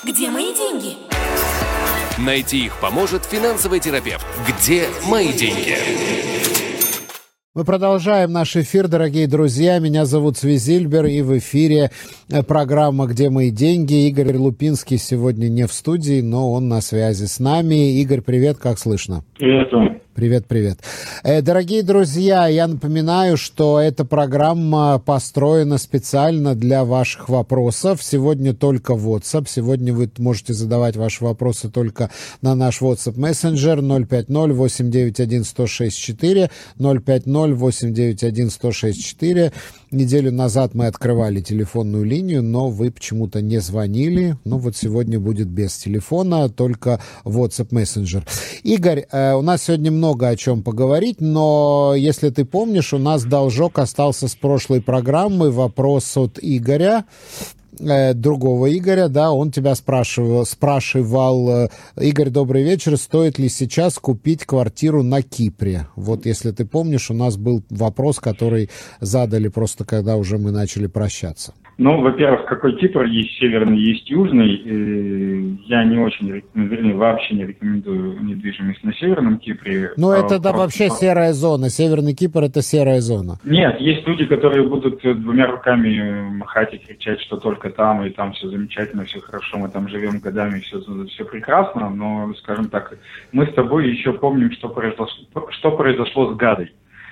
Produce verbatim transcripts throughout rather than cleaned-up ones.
Где мои деньги? Найти их поможет финансовый терапевт. Где мои деньги? Мы продолжаем наш эфир, дорогие друзья. Меня зовут Цви Зильбер, и в эфире программа «Где мои деньги». Игорь Лупинский сегодня не в студии, но он на связи с нами. Игорь, привет, как слышно? Привет, Том. Привет, привет. Дорогие друзья, я напоминаю, что эта программа построена специально для ваших вопросов. Сегодня только WhatsApp. Сегодня вы можете задавать ваши вопросы только на наш WhatsApp Messenger ноль пять ноль восемь девять один сто шесть четыре, ноль пять ноль восемь девять один сто шесть четыре. Неделю назад мы открывали телефонную линию, но вы почему-то не звонили. Ну вот сегодня будет без телефона, только WhatsApp Messenger. Игорь, у нас сегодня много о чем поговорить, но если ты помнишь, у нас должок остался с прошлой программы. Вопрос от Игоря, другого Игоря, да, он тебя спрашивал, спрашивал, Игорь, добрый вечер, стоит ли сейчас купить квартиру на Кипре? Вот если ты помнишь, у нас был вопрос, который задали просто, когда уже мы начали прощаться. Ну, во-первых, какой Кипр? Есть северный, есть южный. Я не очень, вернее, вообще не рекомендую недвижимость на северном Кипре. Ну, это да, вообще серая зона. Северный Кипр — это серая зона. Нет, есть люди, которые будут двумя руками махать и кричать, что только там, и там все замечательно, все хорошо, мы там живем годами, все, все прекрасно, но, скажем так, мы с тобой еще помним, что произошло, что произошло с Гадой.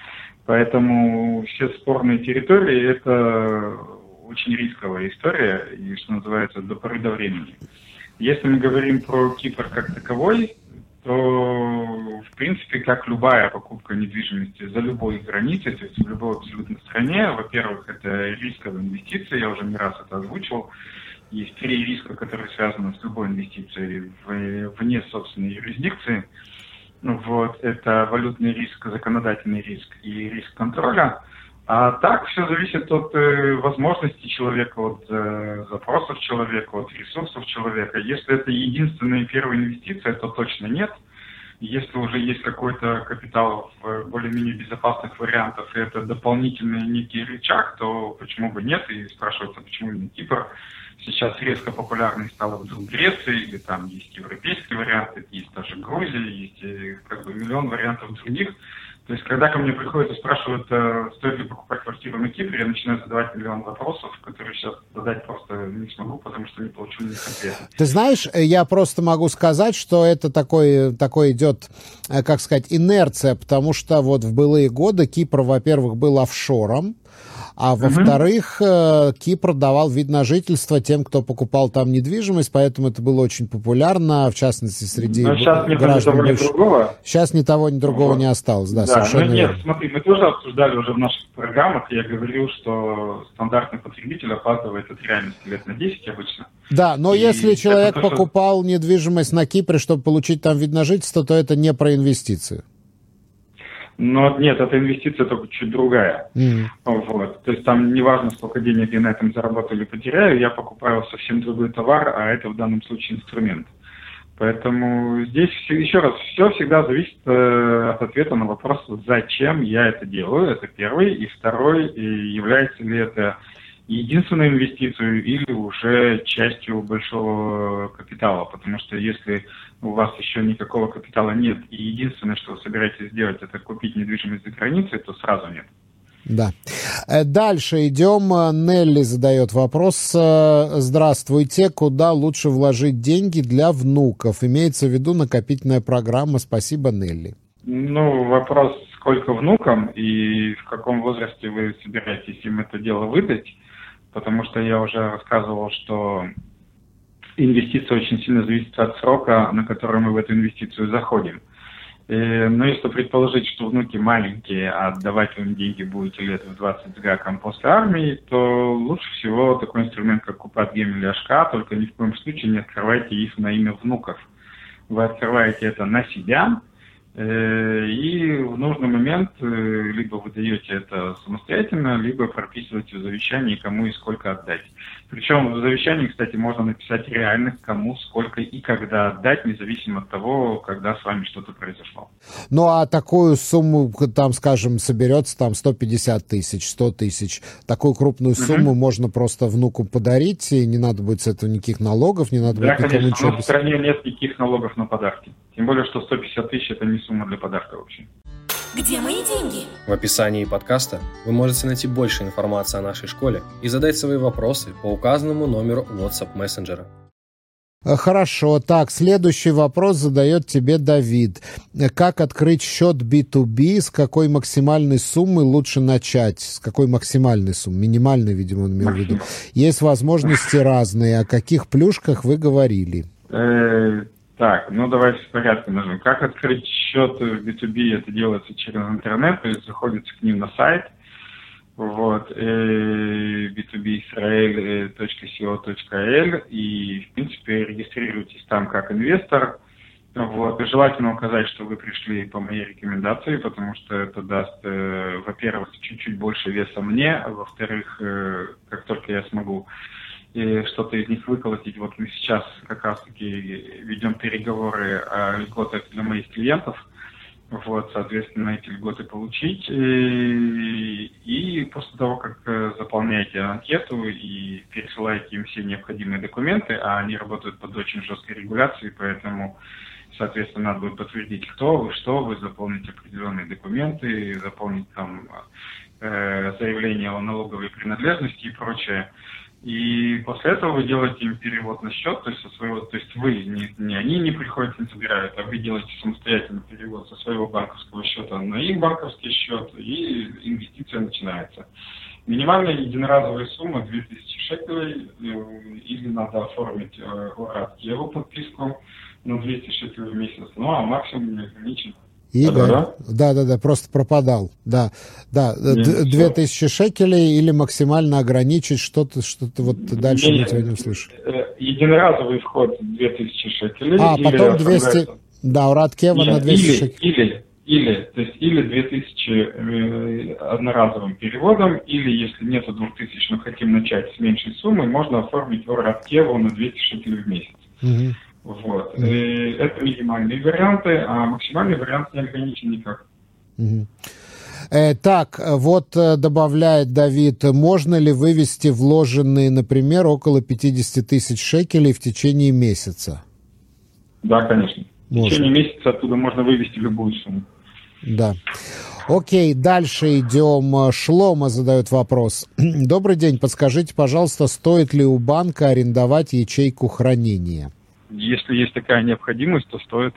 Поэтому все спорные территории — это очень рисковая история, и, что называется, до поры до времени. Если мы говорим про Кипр как таковой, то, в принципе, как любая покупка недвижимости за любой границей, то есть в любой абсолютно стране, во-первых, это рисковые инвестиции, я уже не раз это озвучил. Есть три риска, которые связаны с любой инвестицией вне собственной юрисдикции. Вот, это валютный риск, законодательный риск и риск контроля. А так все зависит от э, возможностей человека, от э, запросов человека, от ресурсов человека. Если это единственная первая инвестиция, то точно нет. Если уже есть какой-то капитал в более-менее безопасных вариантах, и это дополнительный некий рычаг, то почему бы нет? И спрашивается, почему именно Кипр. Сейчас резко популярной стала вдруг Греция, или там есть европейские варианты, есть даже Грузия, есть как бы миллион вариантов других. То есть, когда ко мне приходят и спрашивают, стоит ли покупать квартиру на Кипре, я начинаю задавать миллион вопросов, которые сейчас задать просто не смогу, потому что не получу никаких ответов. Ты знаешь, я просто могу сказать, что это такой, такой идет, как сказать, инерция, потому что вот в былые годы Кипр, во-первых, был офшором, а во-вторых, uh-huh. Кипр давал вид на жительство тем, кто покупал там недвижимость, поэтому это было очень популярно, в частности, среди Но сейчас граждан. Ни того, ни другого. Сейчас ни того, ни другого вот. не осталось, да, да совершенно ну, верно. Нет, смотри, мы тоже обсуждали уже в наших программах, я говорил, что стандартный потребитель опаздывает от реальности лет на десять обычно. Да, но и если человек то, покупал что... недвижимость на Кипре, чтобы получить там вид на жительство, то это не про инвестиции. Но нет, эта инвестиция только чуть другая. Mm. Вот. То есть там не важно, сколько денег я на этом заработаю или потеряю, я покупаю совсем другой товар, а это в данном случае инструмент. Поэтому здесь еще раз, все всегда зависит э, от ответа на вопрос, зачем я это делаю, это первый. И второй, является ли это единственной инвестицией или уже частью большого капитала. Потому что если у вас еще никакого капитала нет, и единственное, что вы собираетесь сделать, это купить недвижимость за границей, то сразу нет. Да. Дальше идем. Нелли задает вопрос. Здравствуйте. Куда лучше вложить деньги для внуков? Имеется в виду накопительная программа. Спасибо, Нелли. Ну, вопрос, сколько внукам и в каком возрасте вы собираетесь им это дело выдать. Потому что я уже рассказывал, что инвестиция очень сильно зависит от срока, на который мы в эту инвестицию заходим. И, но если предположить, что внуки маленькие, а отдавать им деньги будете лет в двадцать с гаком после армии, то лучше всего такой инструмент, как Купат Гемель или Ашка, только ни в коем случае не открывайте их на имя внуков. Вы открываете это на себя, И в нужный момент либо вы даете это самостоятельно, либо прописываете в завещании, кому и сколько отдать. Причем в завещании, кстати, можно написать реально, кому, сколько и когда отдать, независимо от того, когда с вами что-то произошло. Ну, а такую сумму, там, скажем, соберется там сто пятьдесят тысяч, сто тысяч, такую крупную сумму угу. можно просто внуку подарить, и не надо будет с этого никаких налогов, не надо да, будет никому конечно, ничего... но в стране нет никаких налогов на подарки. Тем более, что сто пятьдесят тысяч – это не сумма для подарка вообще. Где мои деньги? В описании подкаста вы можете найти больше информации о нашей школе и задать свои вопросы по указанному номеру WhatsApp мессенджера. Хорошо. Так, следующий вопрос задает тебе Давид. Как открыть счет би ту би? С какой максимальной суммы лучше начать? С какой максимальной суммы? Минимальной, видимо, он имел в виду. Есть возможности разные. О каких плюшках вы говорили? Так, ну давайте в порядке нажмем. Как открыть счет в би ту би? Это делается через интернет, то есть заходите к ним на сайт, вот, би ту би Israel точка си о точка эл, и, в принципе, регистрируйтесь там как инвестор. Вот. И желательно указать, что вы пришли по моей рекомендации, потому что это даст, э, во-первых, чуть-чуть больше веса мне, а во-вторых, э, как только я смогу и что-то из них выколотить. Вот мы сейчас как раз-таки ведем переговоры о льготах для моих клиентов. Вот, соответственно, эти льготы получить. И, и после того, как заполняете анкету и пересылаете им все необходимые документы, а они работают под очень жесткой регуляцией, поэтому, соответственно, надо будет подтвердить, кто вы, что вы, заполнить определенные документы, заполнить там э, заявление о налоговой принадлежности и прочее. И после этого вы делаете им перевод на счет, то есть со своего, то есть вы, не, не они не приходят, не забирают, а вы делаете самостоятельно перевод со своего банковского счета на их банковский счет, и инвестиция начинается. Минимальная единоразовая сумма две тысячи шекелей, или надо оформить ОРАД Еву подписку на двести шекелей в месяц, ну а максимум не ограничен. Игорь, да-да-да, просто пропадал, да, да, две тысячи шекелей или максимально ограничить что-то, что-то вот дальше я тебя не услышу. Единоразовый вход две тысячи шекелей. А, потом двести, да, ОРАД Ева на двести шекелей. Или, или, то есть или две тысячи одноразовым переводом, или если нету двух тысяч, но хотим начать с меньшей суммы, можно оформить ОРАД Еву на двести шекелей в месяц. Угу. Вот. Mm-hmm. И это минимальные варианты, а максимальный вариант не ограничен никак. Mm-hmm. Э, так, вот добавляет Давид, можно ли вывести вложенные, например, около пятьдесят тысяч шекелей в течение месяца? Да, конечно. Можно. В течение месяца оттуда можно вывести любую сумму. Да. Окей, дальше идем. Шлома задает вопрос. Добрый день, подскажите, пожалуйста, стоит ли у банка арендовать ячейку хранения? Если есть такая необходимость, то стоит.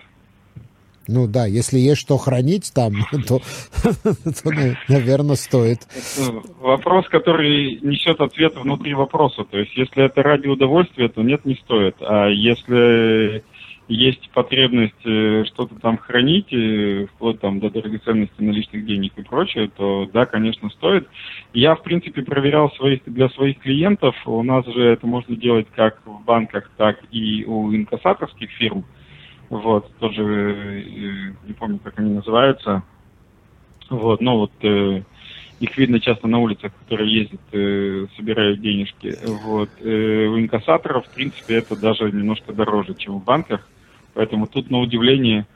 Ну да, если есть что хранить там, то, то наверное, стоит. Это вопрос, который несет ответ внутри вопроса. То есть, если это ради удовольствия, то нет, не стоит. А если есть потребность что-то там хранить, вплоть там до драгоценности наличных денег и прочее, то да, конечно, стоит. Я, в принципе, проверял своих, для своих клиентов. У нас же это можно делать как в банках, так и у инкассаторских фирм. Вот, тоже не помню, как они называются. Вот, но вот э, их видно часто на улицах, которые ездят, э, собирают денежки. Вот, э, у инкассаторов, в принципе, это даже немножко дороже, чем в банках. Поэтому тут, на удивление,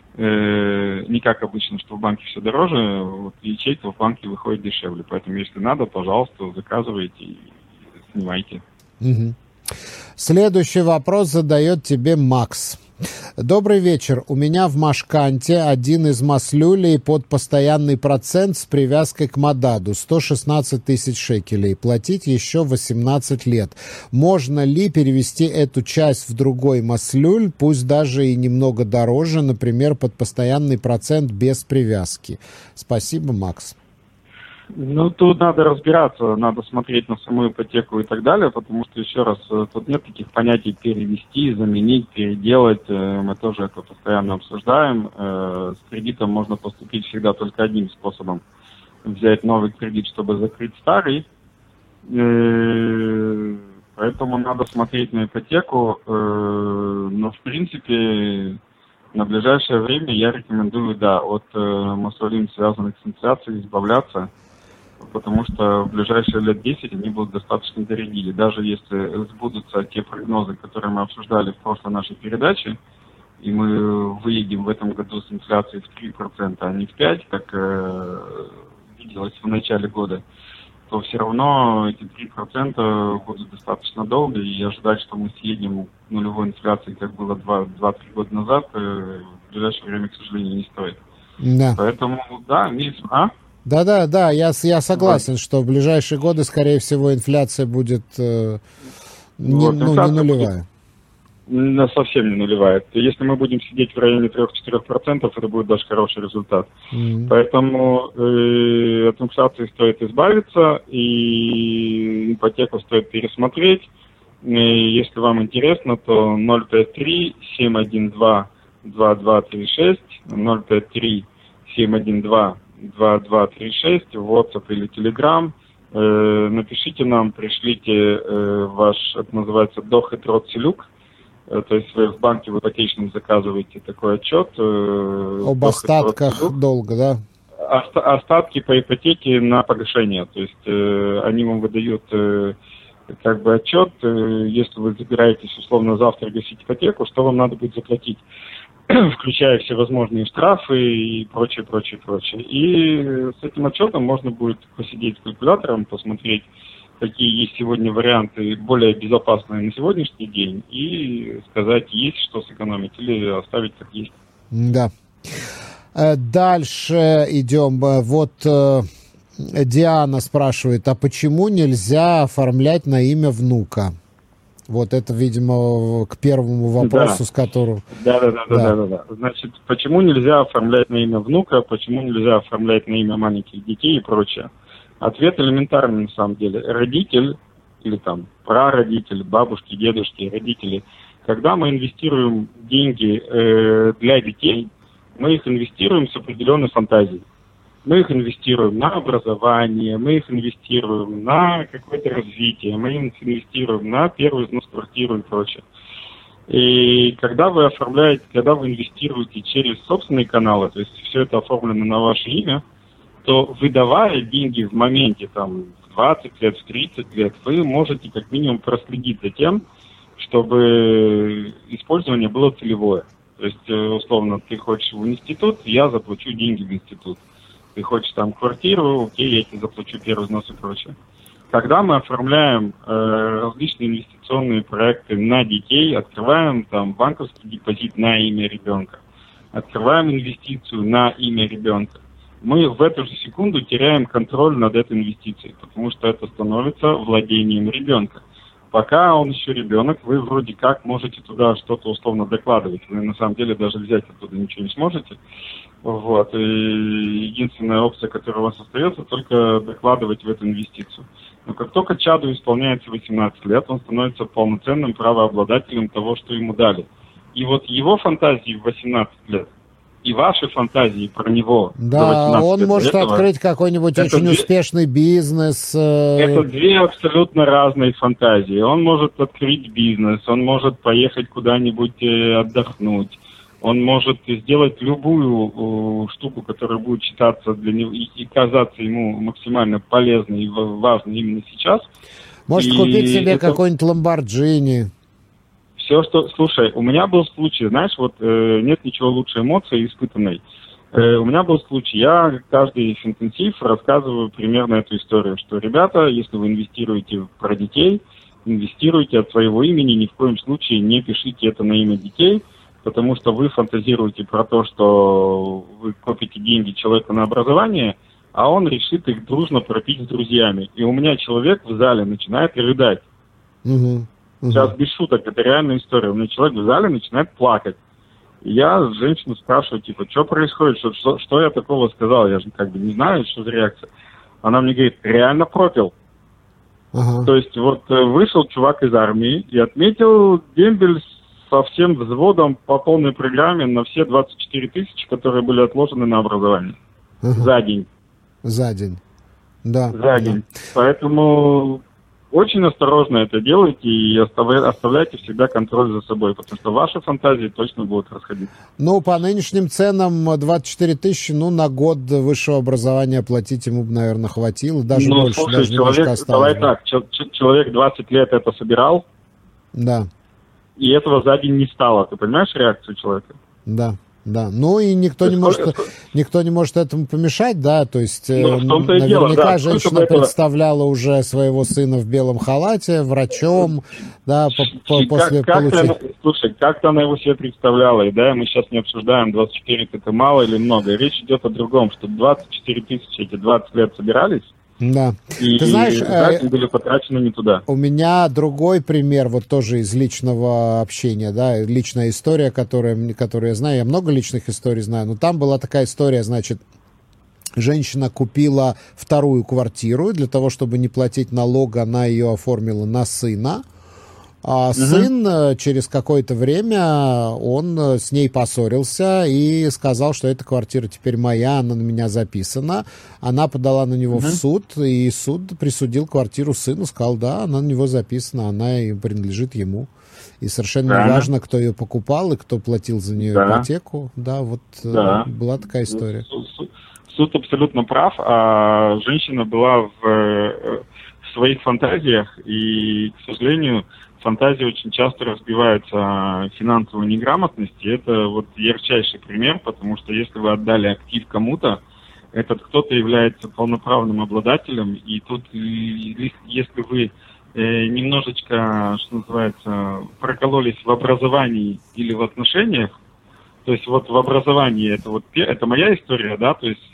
э, не как обычно, что в банке все дороже, вот ячейка в банке выходит дешевле. Поэтому, если надо, пожалуйста, заказывайте и снимайте. Угу. Следующий вопрос задает тебе Макс. Добрый вечер. У меня в Машканте один из маслюлей под постоянный процент с привязкой к Мададу. сто шестнадцать тысяч шекелей. Платить еще восемнадцать лет. Можно ли перевести эту часть в другой маслюль, пусть даже и немного дороже, например, под постоянный процент без привязки? Спасибо, Макс. Ну, тут надо разбираться, надо смотреть на саму ипотеку и так далее, потому что, еще раз, тут нет таких понятий перевести, заменить, переделать. Мы тоже это постоянно обсуждаем. С кредитом можно поступить всегда только одним способом. Взять новый кредит, чтобы закрыть старый. Поэтому надо смотреть на ипотеку. Но, в принципе, На ближайшее время я рекомендую, да, от э, маслолин, связанных с инфляцией, избавляться, потому что в ближайшие лет десять они будут достаточно дорогие. Даже если сбудутся те прогнозы, которые мы обсуждали в прошлой нашей передаче, и мы выедем в этом году с инфляцией в три процента, а не в пять процентов, как э, виделось в начале года, то все равно эти три процента будут достаточно долго, и ожидать, что мы съедем нулевой инфляции, как было два-три года назад, в ближайшее время, к сожалению, не стоит. Да. Поэтому, да, Миш, а? Да-да, да, я, я согласен, да. Что в ближайшие годы, скорее всего, инфляция будет э, не, вот, ну, не нулевая. Будет... Совсем не нулевая. Если мы будем сидеть в районе три-четыре процента, это будет даже хороший результат. Mm-hmm. Поэтому э, от инфляции стоит избавиться, и ипотеку стоит пересмотреть. И если вам интересно, то ноль пять три семь один два два два три шесть, ноль пять три семь один два два два три шесть, в WhatsApp или Telegram. Э, напишите нам, пришлите э, ваш, это называется, Дох и Троцелюк. То есть вы в банке в ипотечном заказываете такой отчет. Э, Об остатках долга, да? Оста- остатки по ипотеке на погашение. То есть э, они вам выдают э, как бы отчет, э, если вы забираетесь условно завтра гасить ипотеку, что вам надо будет заплатить, включая всевозможные штрафы и прочее, прочее, прочее. И с этим отчетом можно будет посидеть с калькулятором, посмотреть, какие есть сегодня варианты более безопасные на сегодняшний день, и сказать, есть что сэкономить или оставить как есть. Да. Дальше идем. Вот Диана спрашивает, а почему нельзя оформлять на имя внука? Вот это, видимо, к первому вопросу, да. С которого... Да, да, да, да, да, да, да. Значит, почему нельзя оформлять на имя внука, почему нельзя оформлять на имя маленьких детей и прочее? Ответ элементарный на самом деле. Родитель или там прародитель, бабушки, дедушки, родители, когда мы инвестируем деньги э, для детей, мы их инвестируем с определенной фантазией. Мы их инвестируем на образование, мы их инвестируем на какое-то развитие, мы их инвестируем на первый взнос в квартиру и прочее. И когда вы оформляете, когда вы инвестируете через собственные каналы, то есть все это оформлено на ваше имя, то выдавая деньги в моменте, там, в двадцать лет, в тридцать лет, вы можете как минимум проследить за тем, чтобы использование было целевое. То есть, условно, ты хочешь в институт, я заплачу деньги в институт. Ты хочешь там квартиру, окей, я тебе заплачу первый взнос и прочее. Когда мы оформляем э, различные инвестиционные проекты на детей, открываем там банковский депозит на имя ребенка, открываем инвестицию на имя ребенка, мы в эту же секунду теряем контроль над этой инвестицией, потому что это становится владением ребенка. Пока он еще ребенок, вы вроде как можете туда что-то условно докладывать. Вы на самом деле даже взять оттуда ничего не сможете. Вот. И единственная опция, которая у вас остается, только докладывать в эту инвестицию. Но как только чаду исполняется восемнадцать лет, он становится полноценным правообладателем того, что ему дали. И вот его фантазии в восемнадцать лет и ваши фантазии про него. Да, он может этого, открыть какой-нибудь очень две, успешный бизнес. Э... Это две абсолютно разные фантазии. Он может открыть бизнес, он может поехать куда-нибудь э, отдохнуть, он может сделать любую э, штуку, которая будет считаться для него и, и казаться ему максимально полезной и важной именно сейчас. Может и купить себе это... какой-нибудь Ламборджини. Все, что... Слушай, у меня был случай, знаешь, вот э, нет ничего лучше эмоции испытанной. Э, у меня был случай, я каждый интенсив рассказываю примерно эту историю, что, ребята, если вы инвестируете про детей, инвестируйте от своего имени, ни в коем случае не пишите это на имя детей, потому что вы фантазируете про то, что вы копите деньги человеку на образование, а он решит их дружно пропить с друзьями. И у меня человек в зале начинает рыдать. Угу. Сейчас без шуток, это реальная история. У меня человек в зале начинает плакать. И я женщину спрашиваю, типа, что происходит, что, что, что я такого сказал, я же как бы не знаю, что за реакция. Она мне говорит, реально пропил. Ага. То есть вот вышел чувак из армии и отметил дембель со всем взводом по полной программе на все двадцать четыре тысячи, которые были отложены на образование. Ага. За день. За день. Да. За день. Да. Поэтому... очень осторожно это делайте и оставляйте всегда контроль за собой, потому что ваши фантазии точно будут расходиться. Ну, по нынешним ценам двадцать четыре тысячи, ну, на год высшего образования платить ему, наверное, хватило, даже ну, больше, слушай, даже человек, немножко осталось. Давай так, человек двадцать лет это собирал, да. И этого за день не стало. Ты понимаешь реакцию человека? Да. Да, ну и никто не, может, никто не может этому помешать, да, то есть ну, наверняка дело, да. женщина представляла уже своего сына в белом халате, врачом, да, по, по, после как, получить... Она, слушай, как-то она его себе представляла, и да, мы сейчас не обсуждаем, двадцать четыре это мало или много, речь идет о другом, что двадцать четыре тысячи эти двадцать лет собирались, да. И, Ты знаешь, и были потрачены не туда. У меня другой пример, вот тоже из личного общения, да, личная история, которая, которую я знаю, я много личных историй знаю, но там была такая история, значит, женщина купила вторую квартиру, для того, чтобы не платить налог, она ее оформила на сына. А угу. сын через какое-то время, он с ней поссорился и сказал, что эта квартира теперь моя, она на меня записана. Она подала на него угу. в суд, и суд присудил квартиру сыну, сказал, да, она на него записана, она и принадлежит ему. И совершенно да. не важно, кто ее покупал и кто платил за нее да. ипотеку. Да, вот да. была такая история. Суд абсолютно прав, а женщина была в, в своих фантазиях, и, к сожалению, фантазии очень часто разбиваются финансовой неграмотности. Это вот ярчайший пример, потому что если вы отдали актив кому-то, этот кто-то является полноправным обладателем, и тут, если вы немножечко, что называется, прокололись в образовании или в отношениях, то есть вот в образовании, это вот это моя история, да, то есть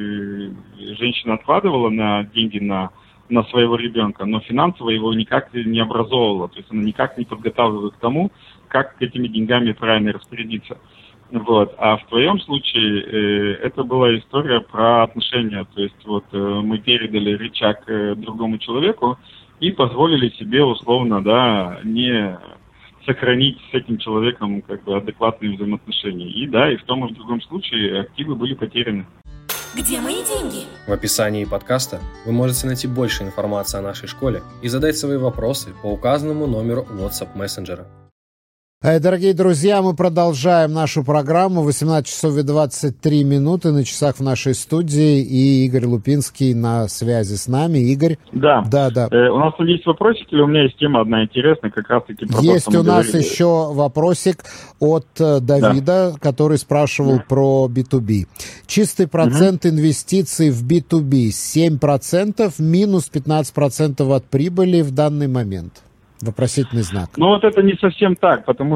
э, женщина откладывала на деньги на на своего ребенка, но финансово его никак не образовывала, то есть она никак не подготавливала к тому, как этими деньгами правильно распорядиться. Вот. А в твоем случае э, это была история про отношения, то есть вот э, мы передали рычаг э, другому человеку и позволили себе условно, да, не сохранить с этим человеком как бы адекватные взаимоотношения. И да, и в том и в другом случае активы были потеряны. Где мои деньги? В описании подкаста вы можете найти больше информации о нашей школе и задать свои вопросы по указанному номеру WhatsApp мессенджера. Дорогие друзья, мы продолжаем нашу программу. восемнадцать часов и двадцать три минуты на часах в нашей студии. И Игорь Лупинский на связи с нами. Игорь? Да. Да, да. Э, у нас тут есть вопросики, или у меня есть тема одна интересная, как раз-таки про Есть то, что у нас говорили. еще вопросик от Давида, да. который спрашивал да. про би ту би. Чистый процент угу. инвестиций в би ту би семь процентов, минус пятнадцать процентов от прибыли в данный момент. Вопросительный знак. Ну вот это не совсем так, потому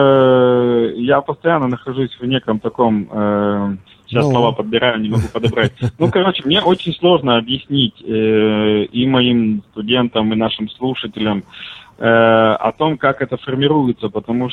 что я постоянно нахожусь в неком таком, э, сейчас ну... слова подбираю, не могу подобрать. Ну, короче, мне очень сложно объяснить э, и моим студентам, и нашим слушателям э, о том, как это формируется, потому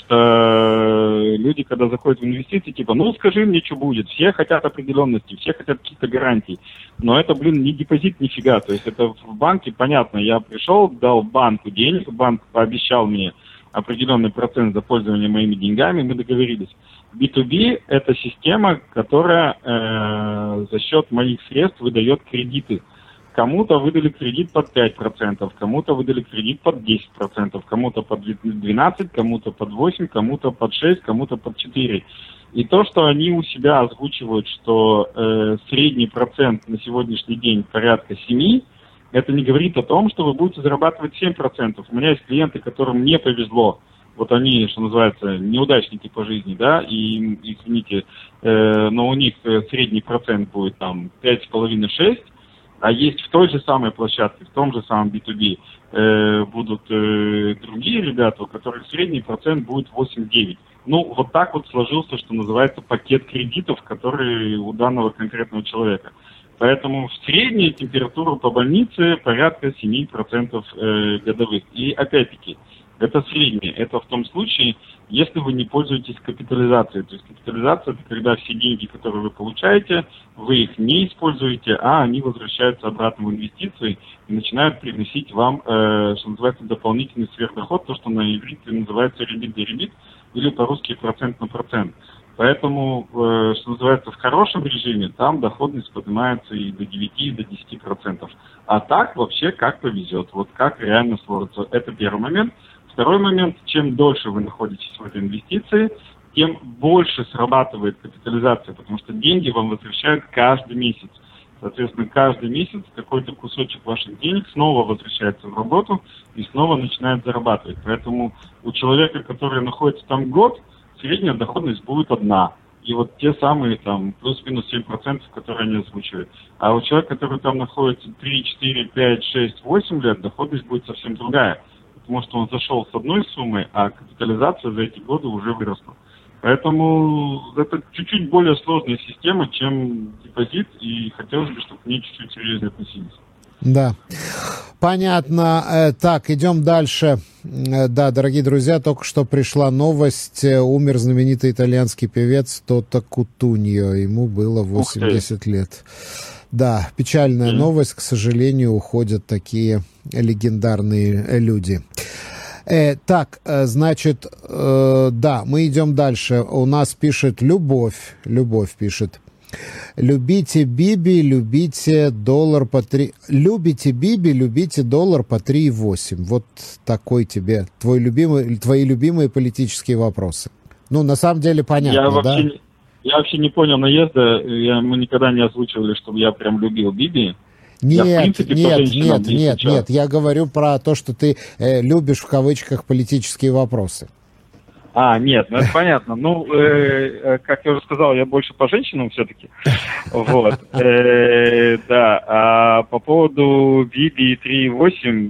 что люди, когда заходят в инвестиции, типа, ну скажи мне, что будет, все хотят определенности, все хотят каких-то гарантий, но это, блин, не депозит нифига, то есть это в банке, понятно, я пришел, дал банку денег, банк пообещал мне определенный процент за пользование моими деньгами, мы договорились. би ту би – это система, которая э, за счет моих средств выдает кредиты. Кому-то выдали кредит под пять процентов, кому-то выдали кредит под десять процентов, кому-то под двенадцать процентов, кому-то под восемь процентов, кому-то под шесть процентов, кому-то под четыре процента. И то, что они у себя озвучивают, что э, средний процент на сегодняшний день порядка семь процентов, это не говорит о том, что вы будете зарабатывать семь процентов. У меня есть клиенты, которым не повезло. Вот они, что называется, неудачники по жизни, да, и, извините, э, но у них средний процент будет там пять с половиной - шесть. А есть в той же самой площадке, в том же самом би ту би э, будут э, другие ребята, у которых средний процент будет восемь - девять. Ну, вот так вот сложился, что называется, пакет кредитов, который у данного конкретного человека. Поэтому в средней температура по больнице порядка семь процентов э, годовых. И опять-таки, это среднее. Это в том случае, если вы не пользуетесь капитализацией. То есть капитализация – это когда все деньги, которые вы получаете, вы их не используете, а они возвращаются обратно в инвестиции и начинают приносить вам, э, что называется, дополнительный сверхдоход, то, что на иврите называется ребит-деребит, или по-русски процент на процент. Поэтому, э, что называется, в хорошем режиме там доходность поднимается и до девяти, и до десяти процентов. А так вообще как повезет, вот как реально сложится. Это первый момент. Второй момент, чем дольше вы находитесь в этой инвестиции, тем больше срабатывает капитализация, потому что деньги вам возвращают каждый месяц. Соответственно, каждый месяц какой-то кусочек ваших денег снова возвращается в работу и снова начинает зарабатывать. Поэтому у человека, который находится там год, средняя доходность будет одна. И вот те самые там плюс-минус семь процентов, которые они озвучивают. А у человека, который там находится три, четыре, пять, шесть, восемь лет, доходность будет совсем другая. Потому что он зашел с одной суммой, а капитализация за эти годы уже выросла. Поэтому это чуть-чуть более сложная система, чем депозит, и хотелось бы, чтобы к ней чуть-чуть серьезнее относились. Да, понятно. Так, идем дальше. Да, дорогие друзья, только что пришла новость. Умер знаменитый итальянский певец Тото Кутуньо. Ему было восемьдесят лет. Да, печальная mm. новость. К сожалению, уходят такие легендарные люди. Э, так, э, значит, э, да, мы идем дальше. У нас пишет Любовь. Любовь пишет. Любите Биби, любите доллар по три... Любите Биби, любите доллар по три и восемь. Вот такой тебе, твой любимый, твои любимые политические вопросы. Ну, на самом деле, понятно, я да? Вообще не, я вообще не понял наезда. Я, мы никогда не озвучивали, чтобы я прям любил Биби. Нет, я, в принципе, нет, нет, не нет, нет. Я говорю про то, что ты э, любишь в кавычках политические вопросы. А, нет, ну это понятно. Ну, э, как я уже сказал, я больше по женщинам все-таки. Вот. Э, да, а по поводу Биби три и восемь,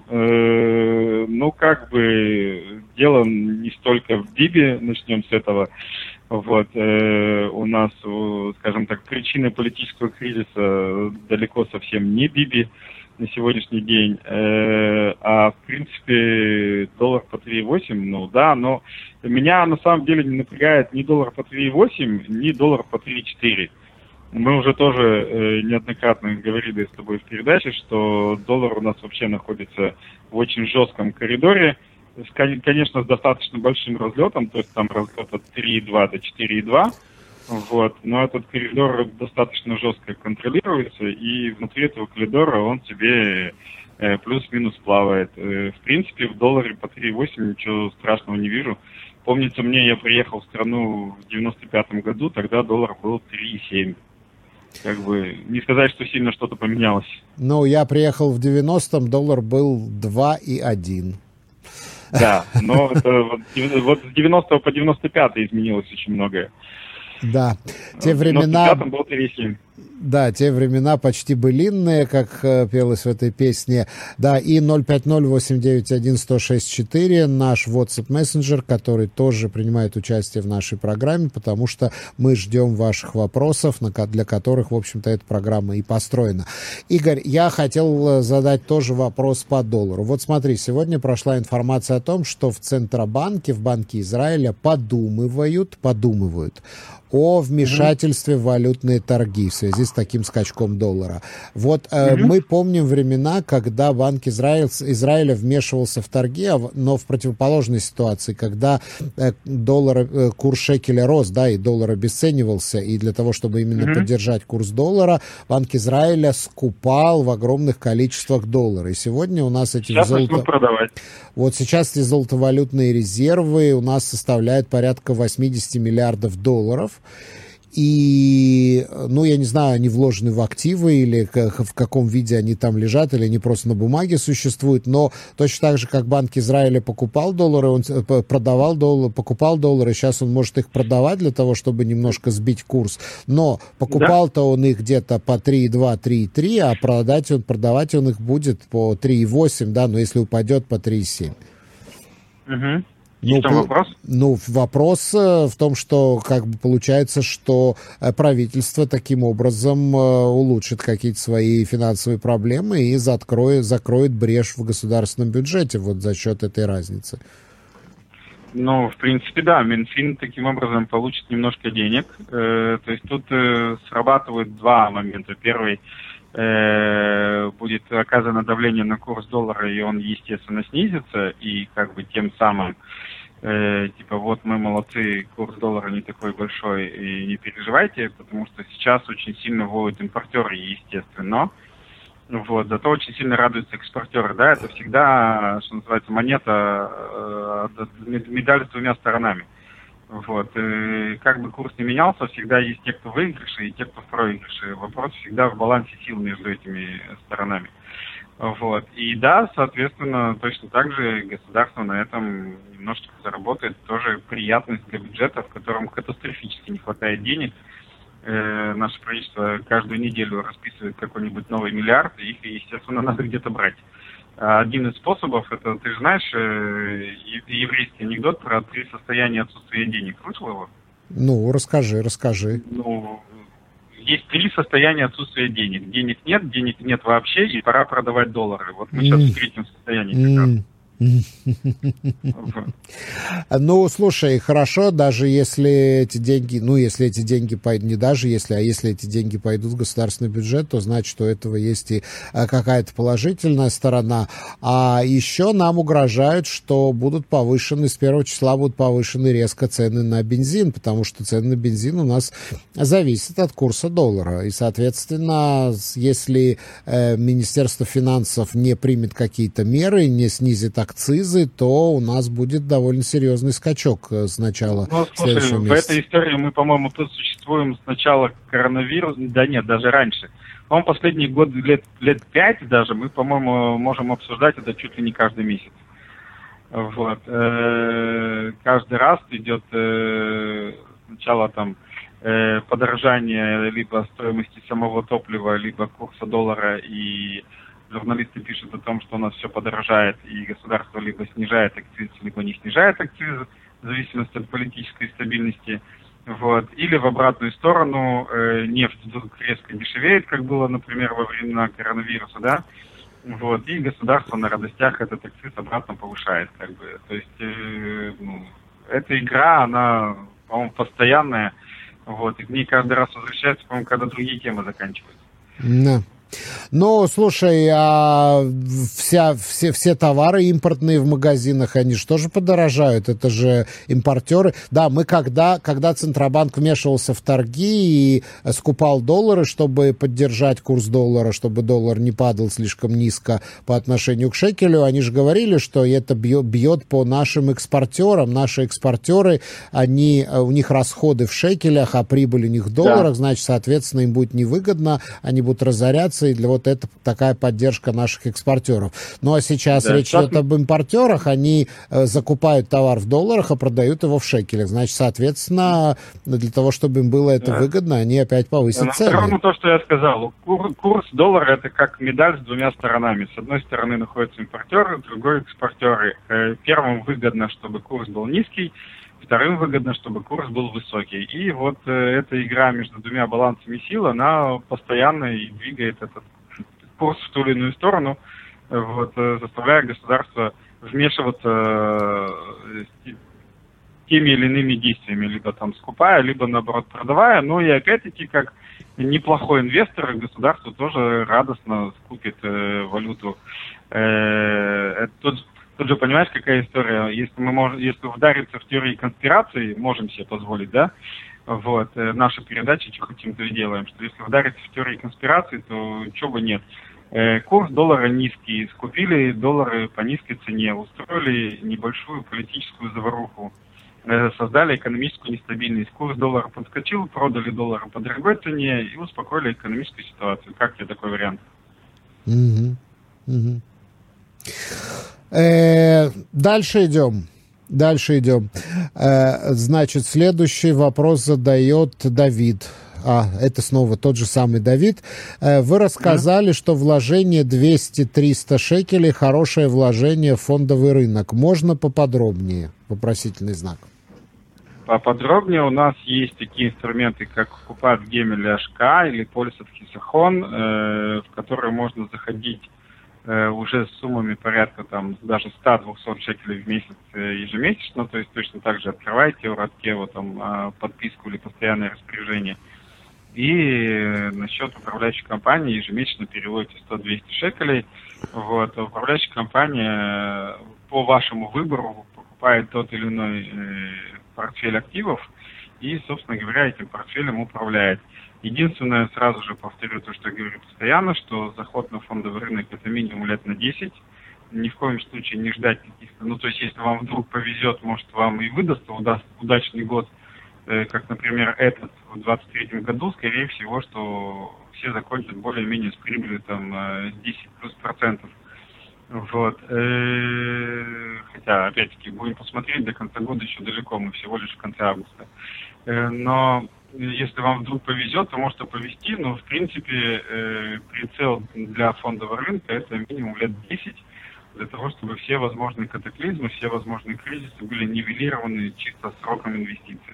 э, ну, как бы, дело не столько в Биби, начнем с этого. Вот, э, у нас, скажем так, причиной политического кризиса далеко совсем не Биби на сегодняшний день, э, а в принципе доллар по три и восемь, ну да, но меня на самом деле не напрягает ни доллар по три и восемь, ни доллар по три и четыре. Мы уже тоже э, неоднократно говорили с тобой в передаче, что доллар у нас вообще находится в очень жестком коридоре, с, конечно, с достаточно большим разлетом, то есть там разлет от три и два до четыре и два. Вот, но этот коридор достаточно жестко контролируется, и внутри этого коридора он себе э, плюс-минус плавает. Э, в принципе, в долларе по три и восемь ничего страшного не вижу. Помнится мне, я приехал в страну в девяносто пятом году, тогда доллар был три и семь. Как бы не сказать, что сильно что-то поменялось. Ну, я приехал в девяностом, доллар был два и один. Да, но это, вот, вот с девяностого по девяносто пятый изменилось очень многое. Да, те времена... был три и семь. Да, те времена почти былинные, как э, пелось в этой песне. Да, и ноль пять ноль восемь девять один сто шесть четыре наш WhatsApp Messenger, который тоже принимает участие в нашей программе, потому что мы ждем ваших вопросов, для которых, в общем-то, эта программа и построена. Игорь, я хотел задать тоже вопрос по доллару. Вот смотри, сегодня прошла информация о том, что в Центробанке, в Банке Израиля подумывают, подумывают о вмешательстве в валютные торги в связи с таким скачком доллара. Вот э, mm-hmm. мы помним времена, когда Банк Израиль, Израиля вмешивался в торги, но в противоположной ситуации, когда э, доллар, э, курс шекеля рос, да, и доллар обесценивался, и для того, чтобы именно mm-hmm. поддержать курс доллара, Банк Израиля скупал в огромных количествах доллара. И сегодня у нас эти сейчас золото... продавать. Вот сейчас эти золотовалютные резервы у нас составляют порядка восемьдесят миллиардов долларов. И, ну, я не знаю, они вложены в активы или в каком виде они там лежат, или они просто на бумаге существуют, но точно так же, как Банк Израиля покупал доллары, он продавал доллары, покупал доллары, сейчас он может их продавать для того, чтобы немножко сбить курс, но покупал-то он их где-то по три и два, три и три, а продать он, продавать он их будет по три и восемь, да, но если упадет по три и семь. Угу. Ну, в чем вопрос? Ну, вопрос в том, что как бы получается, что правительство таким образом улучшит какие-то свои финансовые проблемы и заткроет, закроет брешь в государственном бюджете вот за счет этой разницы. Ну, в принципе, да. Минфин таким образом получит немножко денег. Э, то есть тут э, срабатывают два момента. Первый, э, будет оказано давление на курс доллара, и он, естественно, снизится, и как бы тем самым э, типа вот мы молодцы, курс доллара не такой большой, и не переживайте, потому что сейчас очень сильно воют импортеры, естественно. Вот, зато очень сильно радуются экспортеры, да, это всегда, что называется, монета, э, медаль с двумя сторонами. Вот, и как бы курс не менялся, всегда есть те, кто в выигрыше, и те, кто в проигрыше. Вопрос всегда в балансе сил между этими сторонами. Вот, и да, соответственно, точно так же государство на этом немножечко заработает, тоже приятность для бюджета, в котором катастрофически не хватает денег. Э, наше правительство каждую неделю расписывает какой-нибудь новый миллиард, и их, естественно, надо где-то брать. Один из способов, это, ты же знаешь, э, еврейский анекдот про три состояния отсутствия денег. Слышал его? Ну, расскажи, расскажи. Ну, есть три состояния отсутствия денег. Денег нет, денег нет вообще, и пора продавать доллары. Вот мы сейчас в третьем состоянии как раз. Ну, слушай, хорошо, даже если эти деньги, ну, если эти деньги пойдут, не даже если, а если эти деньги пойдут в государственный бюджет, то значит, у этого есть и какая-то положительная сторона. А еще нам угрожают, что будут повышены, с первого числа будут повышены резко цены на бензин, потому что цены на бензин у нас зависят от курса доллара. И, соответственно, если э, Министерство финансов не примет какие-то меры, не снизит акцизы, то у нас будет довольно серьезный скачок с начала ну, следующего слушай, месяца. В этой истории мы, по-моему, тут существуем с начала коронавируса, да нет, даже раньше. По-моему, последние годы, лет, лет пять даже, мы, по-моему, можем обсуждать это чуть ли не каждый месяц. Вот. Э-э- каждый раз идет э- сначала там э- подорожание либо стоимости самого топлива, либо курса доллара, и журналисты пишут о том, что у нас все подорожает, и государство либо снижает акциз, либо не снижает акциз, в зависимости от политической стабильности. Вот. Или в обратную сторону э, нефть вдруг резко дешевеет, как было, например, во времена коронавируса, да, вот, и государство на радостях этот акциз обратно повышает, как бы. То есть э, ну, эта игра, она, по-моему, постоянная, вот, и к ней каждый раз возвращается, по-моему, когда другие темы заканчиваются. Да. Ну, слушай, а вся, все, все товары импортные в магазинах, они же тоже подорожают, это же импортеры. Да, мы когда, когда Центробанк вмешивался в торги и скупал доллары, чтобы поддержать курс доллара, чтобы доллар не падал слишком низко по отношению к шекелю, они же говорили, что это бьет, бьет по нашим экспортерам. Наши экспортеры, они, у них расходы в шекелях, а прибыль у них в долларах, да. Значит, соответственно, им будет невыгодно, они будут разоряться, и для вот это такая поддержка наших экспортеров. Ну, а сейчас да, речь идет об импортерах, они э, закупают товар в долларах, а продают его в шекелях. Значит, соответственно, для того, чтобы им было это да. выгодно, они опять повысят да, цены. Ровно то, что я сказал. Кур, курс доллара — это как медаль с двумя сторонами. С одной стороны находятся импортеры, с другой — экспортеры. Э, первым выгодно, чтобы курс был низкий, вторым выгодно, чтобы курс был высокий. И вот э, эта игра между двумя балансами сил, она постоянно и двигает этот курс в ту или иную сторону, вот, э, заставляя государство вмешиваться э, теми или иными действиями, либо там скупая, либо наоборот продавая. Ну и опять-таки, как неплохой инвестор, государство тоже радостно скупит э, валюту. Э, это тот Тут же понимаешь, какая история. Если мы можем, если вдариться в теории конспирации, можем себе позволить, да, вот, э, наши передачи, что хотим, то и делаем, что если вдариться в теории конспирации, то чего бы нет. Э, курс доллара низкий, скупили доллары по низкой цене, устроили небольшую политическую заваруху, э, создали экономическую нестабильность. Курс доллара подскочил, продали доллары по дорогой цене и успокоили экономическую ситуацию. Как тебе такой вариант? Mm-hmm. Mm-hmm. Э, дальше идем. Дальше идем. Э, значит, следующий вопрос задает Давид. А, это снова тот же самый Давид. Э, вы рассказали, mm-hmm. что вложение двести-триста шекелей хорошее вложение в фондовый рынок. Можно поподробнее? Вопросительный знак. Поподробнее у нас есть такие инструменты, как Купат Гемель АШК или Полисат Хисахон, э, в которые можно заходить уже с суммами порядка там даже сто-двести шекелей в месяц ежемесячно, то есть точно так же открываете у Радкева там подписку или постоянное распоряжение, и на счет управляющей компании ежемесячно переводите сто-двести шекелей. Вот. Управляющая компания по вашему выбору покупает тот или иной э, портфель активов и, собственно говоря, этим портфелем управляет. Единственное, сразу же повторю то, что я говорю постоянно, что заход на фондовый рынок это минимум лет на десять. Ни в коем случае не ждать каких-то... Ну, то есть, если вам вдруг повезет, может, вам и выдастся удаст, удачный год, э, как, например, этот в двадцать третьем году, скорее всего, что все закончат более-менее с прибылью там э, десять плюс процентов. Вот. Э, хотя, опять-таки, будем посмотреть, до конца года еще далеко, мы всего лишь в конце августа. Э, но если вам вдруг повезет, то может и повезти, но, в принципе, э, прицел для фондового рынка это минимум лет десять, для того, чтобы все возможные катаклизмы, все возможные кризисы были нивелированы чисто сроком инвестиций.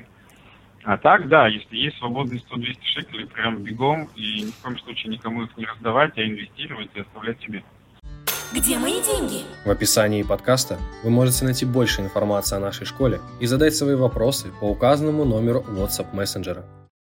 А так, да, если есть свободные сто-двести шекелей, прям бегом, и ни в коем случае никому их не раздавать, а инвестировать и оставлять себе. Где мои деньги? В описании подкаста вы можете найти больше информации о нашей школе и задать свои вопросы по указанному номеру WhatsApp мессенджера.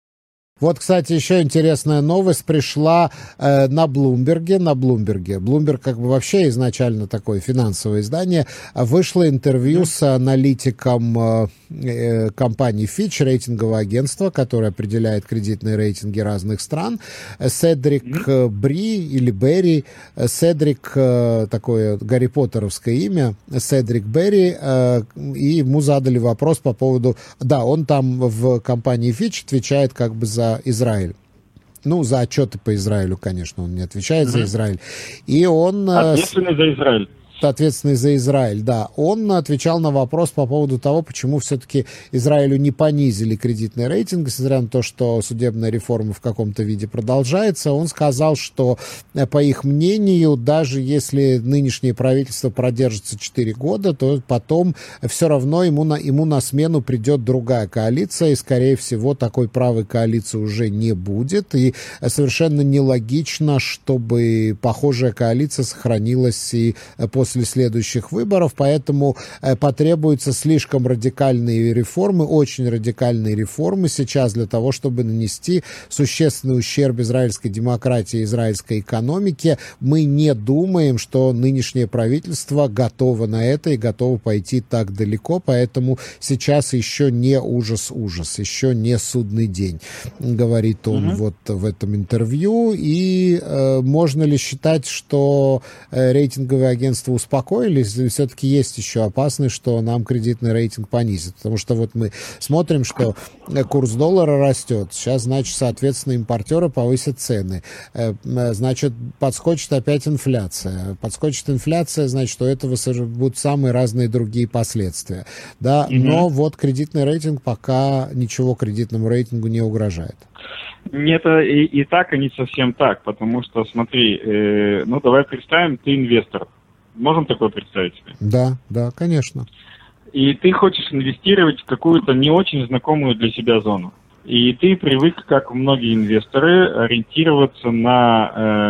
Вот, кстати, еще интересная новость пришла э, на Блумберге. На Блумберге. Блумберг как бы вообще изначально такое финансовое издание. Вышло интервью mm. с аналитиком э, э, компании Fitch, рейтингового агентства, которое определяет кредитные рейтинги разных стран. Седрик mm. Бри или Берри. Седрик, э, такое Гарри Поттеровское имя. Седрик Берри. Э, и ему задали вопрос по поводу... Да, он там в компании Fitch отвечает как бы за Израиль. Ну, за отчеты по Израилю, конечно, он не отвечает mm-hmm. за Израиль. И он... Ответственный за Израиль. Ответственный за Израиль, да. Он отвечал на вопрос по поводу того, почему все-таки Израилю не понизили кредитный рейтинг, несмотря на то, что судебная реформа в каком-то виде продолжается. Он сказал, что, по их мнению, даже если нынешнее правительство продержится четыре года, то потом все равно ему на, ему на смену придет другая коалиция, и, скорее всего, такой правой коалиции уже не будет. И совершенно нелогично, чтобы похожая коалиция сохранилась и после следующих выборов, поэтому э, потребуются слишком радикальные реформы, очень радикальные реформы сейчас для того, чтобы нанести существенный ущерб израильской демократии, израильской экономике. Мы не думаем, что нынешнее правительство готово на это и готово пойти так далеко, поэтому сейчас еще не ужас-ужас, еще не судный день, говорит он mm-hmm. вот в этом интервью. И э, можно ли считать, что э, рейтинговые агентства успокоились, все-таки есть еще опасность, что нам кредитный рейтинг понизит. Потому что вот мы смотрим, что курс доллара растет. Сейчас, значит, соответственно, импортеры повысят цены. Значит, подскочит опять инфляция. Подскочит инфляция, значит, у этого будут самые разные другие последствия. Да? Mm-hmm. Но вот кредитный рейтинг пока ничего кредитному рейтингу не угрожает. Нет, и, и так, и не совсем так. Потому что, смотри, э, ну давай представим, ты инвестор. Можем такое представить себе? Да, да, конечно. И ты хочешь инвестировать в какую-то не очень знакомую для себя зону. И ты привык, как многие инвесторы, ориентироваться на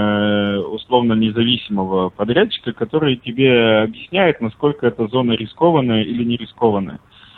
э, условно независимого подрядчика, который тебе объясняет, насколько эта зона рискованная или не рискованная.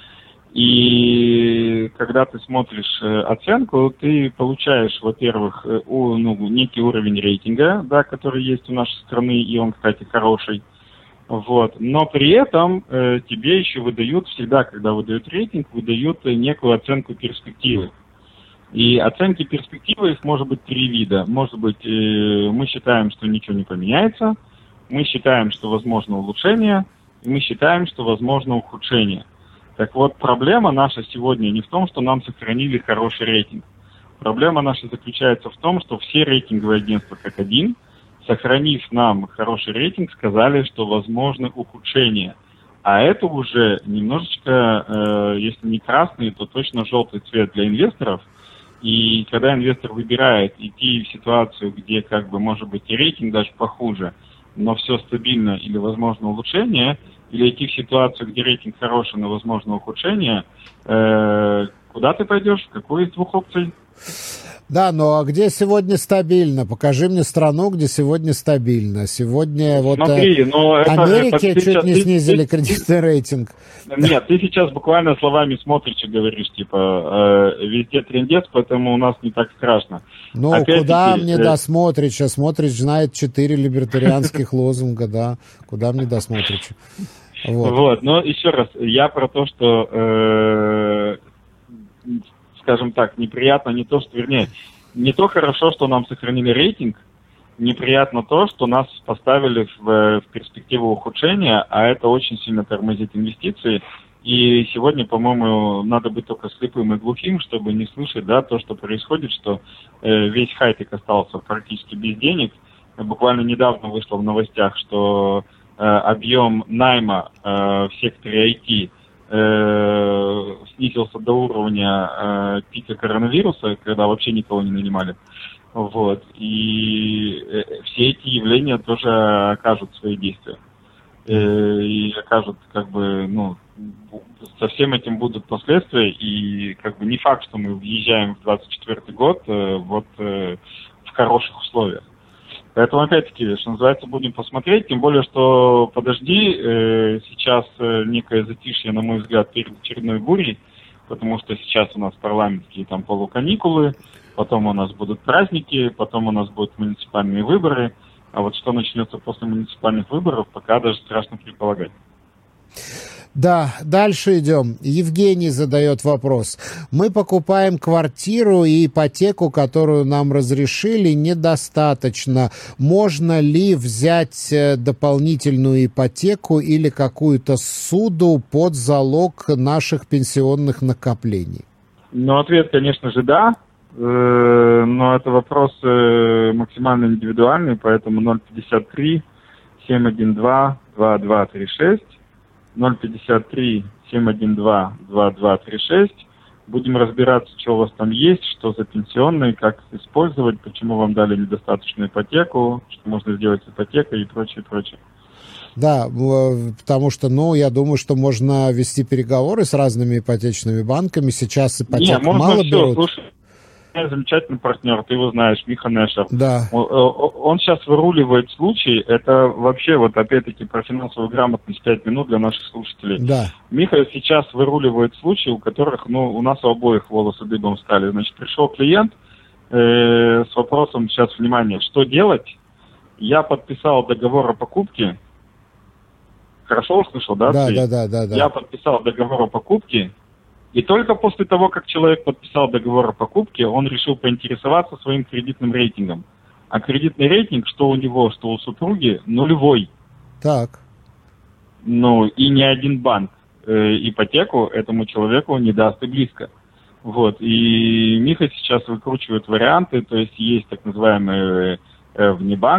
И когда ты смотришь э, оценку, ты получаешь, во-первых, э, у, ну, некий уровень рейтинга, да, который есть у нашей страны, и он, кстати, хороший. Вот. Но при этом э, тебе еще выдают, всегда, когда выдают рейтинг, выдают некую оценку перспективы. И оценки перспективы, их может быть три вида. Может быть, э, мы считаем, что ничего не поменяется, мы считаем, что возможно улучшение, и мы считаем, что возможно ухудшение. Так вот, проблема наша сегодня не в том, что нам сохранили хороший рейтинг. Проблема наша заключается в том, что все рейтинговые агентства как один, сохранив нам хороший рейтинг, сказали, что возможно ухудшение. А это уже немножечко, э, если не красный, то точно желтый цвет для инвесторов. И когда инвестор выбирает идти в ситуацию, где как бы может быть и рейтинг даже похуже, но все стабильно или возможно улучшение, или идти в ситуацию, где рейтинг хороший, но возможно ухудшение, э, куда ты пойдешь? Какую из двух опций? Да, но где сегодня стабильно? Покажи мне страну, где сегодня стабильно. Сегодня вот Смотри, но это, Америке это, чуть сейчас, не ты, снизили ты, кредитный рейтинг. Нет, ты сейчас буквально словами смотришь и говоришь, типа, э, везде трындец, поэтому у нас не так страшно. Ну, Опять куда таки, мне э... досмотрича? Смотрич знает четыре либертарианских лозунга, да. Куда мне досмотрича? Вот. Вот, но еще раз, я про то, что, э, скажем так, неприятно не то, что, вернее, не то хорошо, что нам сохранили рейтинг, неприятно то, что нас поставили в, в перспективу ухудшения, а это очень сильно тормозит инвестиции. И сегодня, по-моему, надо быть только слепым и глухим, чтобы не слышать, да, то, что происходит, что э, весь хай-тек остался практически без денег. Буквально недавно вышло в новостях, что э, объем найма э, в секторе ай ти э, снизился до уровня э, пика коронавируса, когда вообще никого не нанимали. Вот. И э, все эти явления тоже окажут свои действия. Э, и окажут, как бы, ну, со всем этим будут последствия, и как бы не факт, что мы въезжаем в двадцать четвёртый год э, вот э, в хороших условиях. Поэтому, опять-таки, что называется, будем посмотреть, тем более, что подожди, э, сейчас э, некое затишье, на мой взгляд, перед очередной бурей, потому что сейчас у нас парламентские там полуканикулы, потом у нас будут праздники, потом у нас будут муниципальные выборы, а вот что начнется после муниципальных выборов, пока даже страшно предполагать. Да, дальше идем. Евгений задает вопрос. Мы покупаем квартиру, и ипотеку, которую нам разрешили, недостаточно. Можно ли взять дополнительную ипотеку или какую-то ссуду под залог наших пенсионных накоплений? Ну, ответ, конечно же, да. Но это вопрос максимально индивидуальный, поэтому ноль пятьдесят три семь один два два два три шесть. ноль пятьдесят три семь один два два два три шесть. Будем разбираться, что у вас там есть, что за пенсионные, как их использовать, почему вам дали недостаточную ипотеку, что можно сделать с ипотекой и прочее, прочее. Да, потому что, ну, я думаю, что можно вести переговоры с разными ипотечными банками. Сейчас ипотек Не, мало все, берут. Слушай, у меня замечательный партнер, ты его знаешь, Миха Нешер. Да. Он, он сейчас выруливает случай, это вообще, вот опять-таки, про финансовую грамотность пять минут для наших слушателей. Да. Миха сейчас выруливает случаи, у которых, ну, у нас у обоих волосы дыбом стали. Значит, пришел клиент э, с вопросом, сейчас, внимание, что делать? Я подписал договор о покупке. Хорошо услышал, да? Да, да, да, да, да. Я подписал договор о покупке. И только после того, как человек подписал договор о покупке, он решил поинтересоваться своим кредитным рейтингом. А кредитный рейтинг, что у него, что у супруги, нулевой. Так. Ну, и ни один банк э, ипотеку этому человеку не даст и близко. Вот. И Миха сейчас выкручивает варианты, то есть есть так называемые э,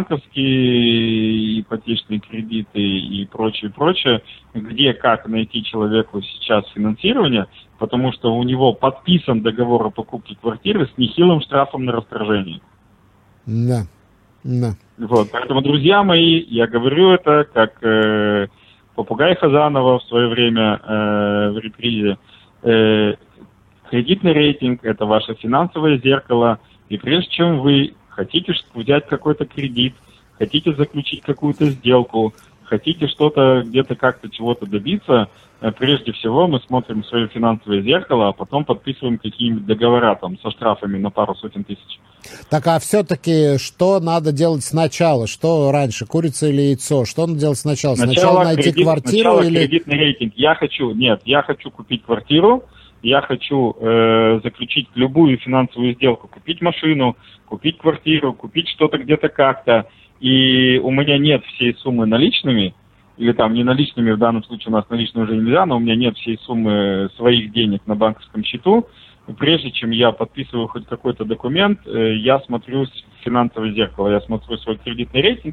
внебанковские ипотечные кредиты и прочее, прочее, где как найти человеку сейчас финансирование, потому что у него подписан договор о покупке квартиры с нехилым штрафом на расторжение. Да, да. Вот, поэтому, друзья мои, я говорю это как э, попугай Хазанова в свое время э, в репризе. Э, кредитный рейтинг – это ваше финансовое зеркало, и прежде чем вы хотите взять какой-то кредит, хотите заключить какую-то сделку, хотите что-то где-то как-то чего-то добиться, прежде всего мы смотрим свое финансовое зеркало, а потом подписываем какие-нибудь договора там со штрафами на пару сотен тысяч. Так, а все-таки что надо делать сначала? Что раньше, курица или яйцо? Что надо делать сначала? Сначала, сначала найти кредит, квартиру сначала или... кредитный рейтинг. Я хочу, нет, я хочу купить квартиру, я хочу э, заключить любую финансовую сделку, купить машину, купить квартиру, купить что-то где-то как-то, и у меня нет всей суммы наличными, или там не наличными, в данном случае у нас наличные уже нельзя, но у меня нет всей суммы своих денег на банковском счету. И прежде чем я подписываю хоть какой-то документ, я смотрю финансовое зеркало, я смотрю свой кредитный рейтинг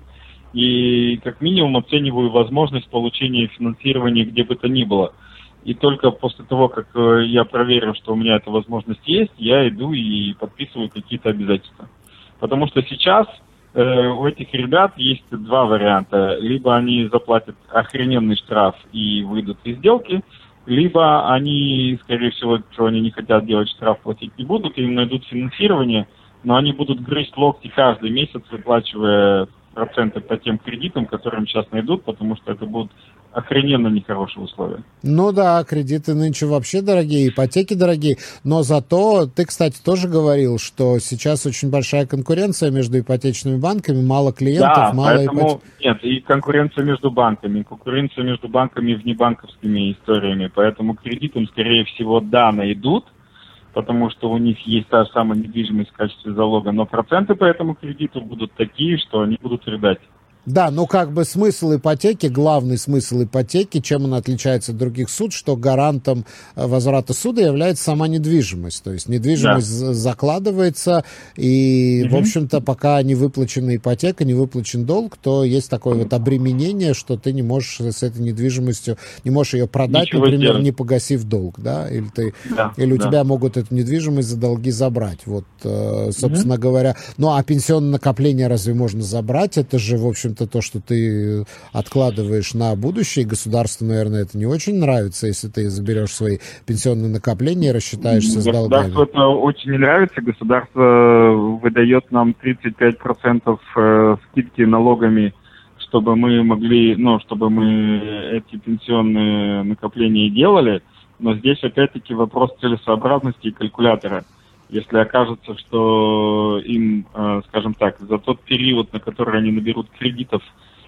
и как минимум оцениваю возможность получения финансирования где бы то ни было. И только после того, как я проверю, что у меня эта возможность есть, я иду и подписываю какие-то обязательства. Потому что сейчас у этих ребят есть два варианта. Либо они заплатят охрененный штраф и выйдут из сделки, либо они, скорее всего, что они не хотят делать, штраф платить не будут, им найдут финансирование, но они будут грызть локти каждый месяц, выплачивая проценты по тем кредитам, которые им сейчас найдут, потому что это будут охрененно нехорошие условия. Ну да, кредиты нынче вообще дорогие, ипотеки дорогие, но зато ты, кстати, тоже говорил, что сейчас очень большая конкуренция между ипотечными банками, мало клиентов, Да, мало поэтому ипотек. нет, и конкуренция между банками, конкуренция между банками и внебанковскими историями, поэтому кредитам, скорее всего, да, найдут, потому что у них есть та же самая недвижимость в качестве залога, но проценты по этому кредиту будут такие, что они будут рыдать. Да, ну как бы смысл ипотеки, главный смысл ипотеки, чем он отличается от других суд, что гарантом возврата суда является сама недвижимость. То есть недвижимость да. закладывается, и, угу. в общем-то, пока не выплачена ипотека, не выплачен долг, то есть такое вот обременение, что ты не можешь с этой недвижимостью, не можешь ее продать, Ничего например, сделать. не погасив долг, да, или, ты, да, или у да. тебя могут эту недвижимость за долги забрать. Вот, собственно угу. говоря. Ну, а пенсионное накопление разве можно забрать? Это же, в общем это то, что ты откладываешь на будущее, и государству, наверное, это не очень нравится, если ты заберешь свои пенсионные накопления и рассчитаешься с долгами. Государству это очень не нравится. Государство выдает нам тридцать пять процентов скидки налогами, чтобы мы могли, ну, чтобы мы эти пенсионные накопления делали. Но здесь опять-таки вопрос целесообразности и калькулятора. Если окажется, что им, скажем так, за тот период, на который они наберут кредитов,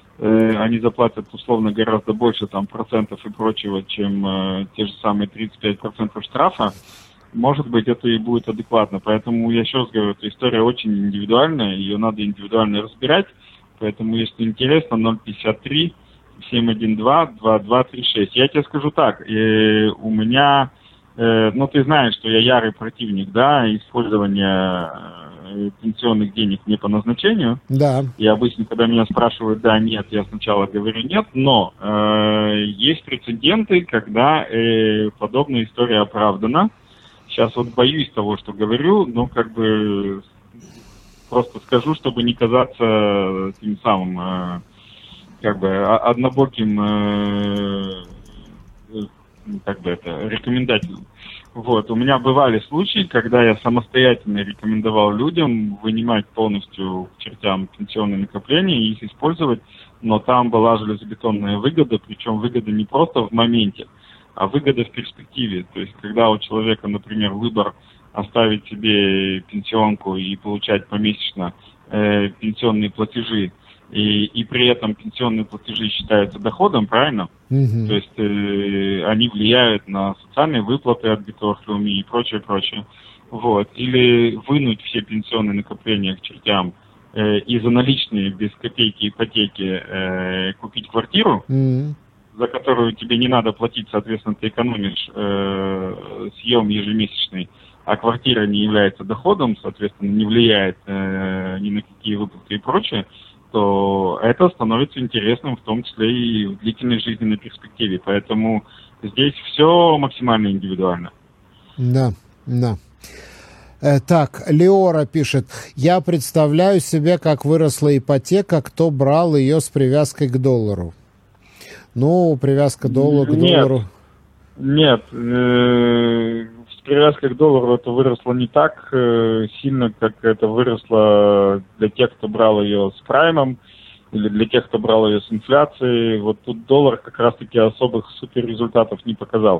они заплатят условно гораздо больше там процентов и прочего, чем те же самые тридцать пять процентов штрафа, может быть, это и будет адекватно. Поэтому я еще раз говорю, эта история очень индивидуальная, ее надо индивидуально разбирать. Поэтому, если интересно, ноль пятьдесят три семь один два два два три шесть. Я тебе скажу так, у меня... Ну, ты знаешь, что я ярый противник, да, использования пенсионных денег не по назначению. Да. И обычно, когда меня спрашивают да, нет, я сначала говорю нет, но э, есть прецеденты, когда э, подобная история оправдана. Сейчас вот боюсь того, что говорю, но как бы просто скажу, чтобы не казаться тем самым, э, как бы однобоким... Э, как бы это, рекомендательным. Вот, у меня бывали случаи, когда я самостоятельно рекомендовал людям вынимать полностью к чертям пенсионные накопления и их использовать, но там была железобетонная выгода, причем выгода не просто в моменте, а выгода в перспективе. То есть, когда у человека, например, выбор оставить себе пенсионку и получать помесячно э, пенсионные платежи, И, и при этом пенсионные платежи считаются доходом, правильно? Mm-hmm. То есть э, они влияют на социальные выплаты от Битохлюми и прочее, прочее. Вот. Или вынуть все пенсионные накопления к чертям э, и за наличные, без копейки ипотеки э, купить квартиру, mm-hmm. за которую тебе не надо платить, соответственно, ты экономишь э, съем ежемесячный, а квартира не является доходом, соответственно, не влияет э, ни на какие выплаты и прочее, то это становится интересным, в том числе и в длительной жизненной перспективе. Поэтому здесь все максимально индивидуально. Да, да. Э, так, Леора пишет. Я представляю себе, как выросла ипотека, кто брал ее с привязкой к доллару. Ну, привязка доллара к нет, доллару. Нет, э, с привязкой к доллару это выросло не так э, сильно, как это выросло для тех, кто брал ее с праймом, или для тех, кто брал ее с инфляцией. Вот тут доллар как раз-таки особых суперрезультатов не показал.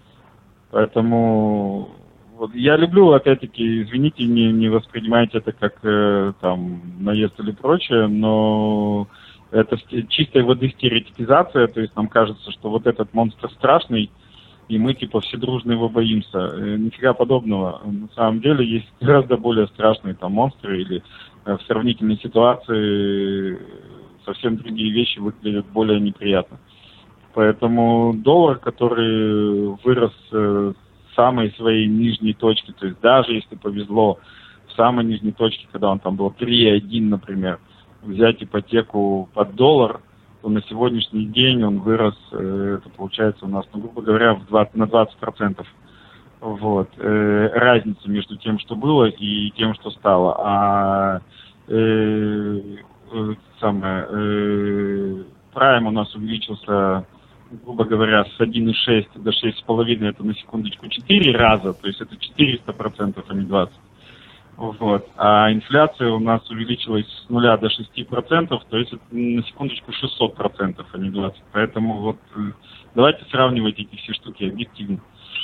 Поэтому вот, я люблю, опять-таки, извините, не, не воспринимайте это как э, там наезд или прочее, но это чистой воды стереотипизация, то есть нам кажется, что вот этот монстр страшный, и мы типа все дружно его боимся. Э, нифига подобного. На самом деле есть гораздо более страшные там монстры, или э, в сравнительной ситуации совсем другие вещи выглядят более неприятно. Поэтому доллар, который вырос э, с самой своей нижней точки, то есть даже если повезло в самой нижней точке, когда он там был три один, например, взять ипотеку под доллар, то на сегодняшний день он вырос, э, это получается у нас, ну, грубо говоря, в двадцать, на двадцать процентов. Вот. Э, разница между тем, что было, и тем, что стало. А э, э, самое, э, прайм у нас увеличился, грубо говоря, с один и шесть до шесть и пять, это на секундочку четыре раза, то есть это четыреста процентов, а не двадцать. Вот. А инфляция у нас увеличилась с нуля до шести процентов, то есть это, на секундочку, шестьсот процентов, а не двадцать. Поэтому вот давайте сравнивать эти все штуки объективно.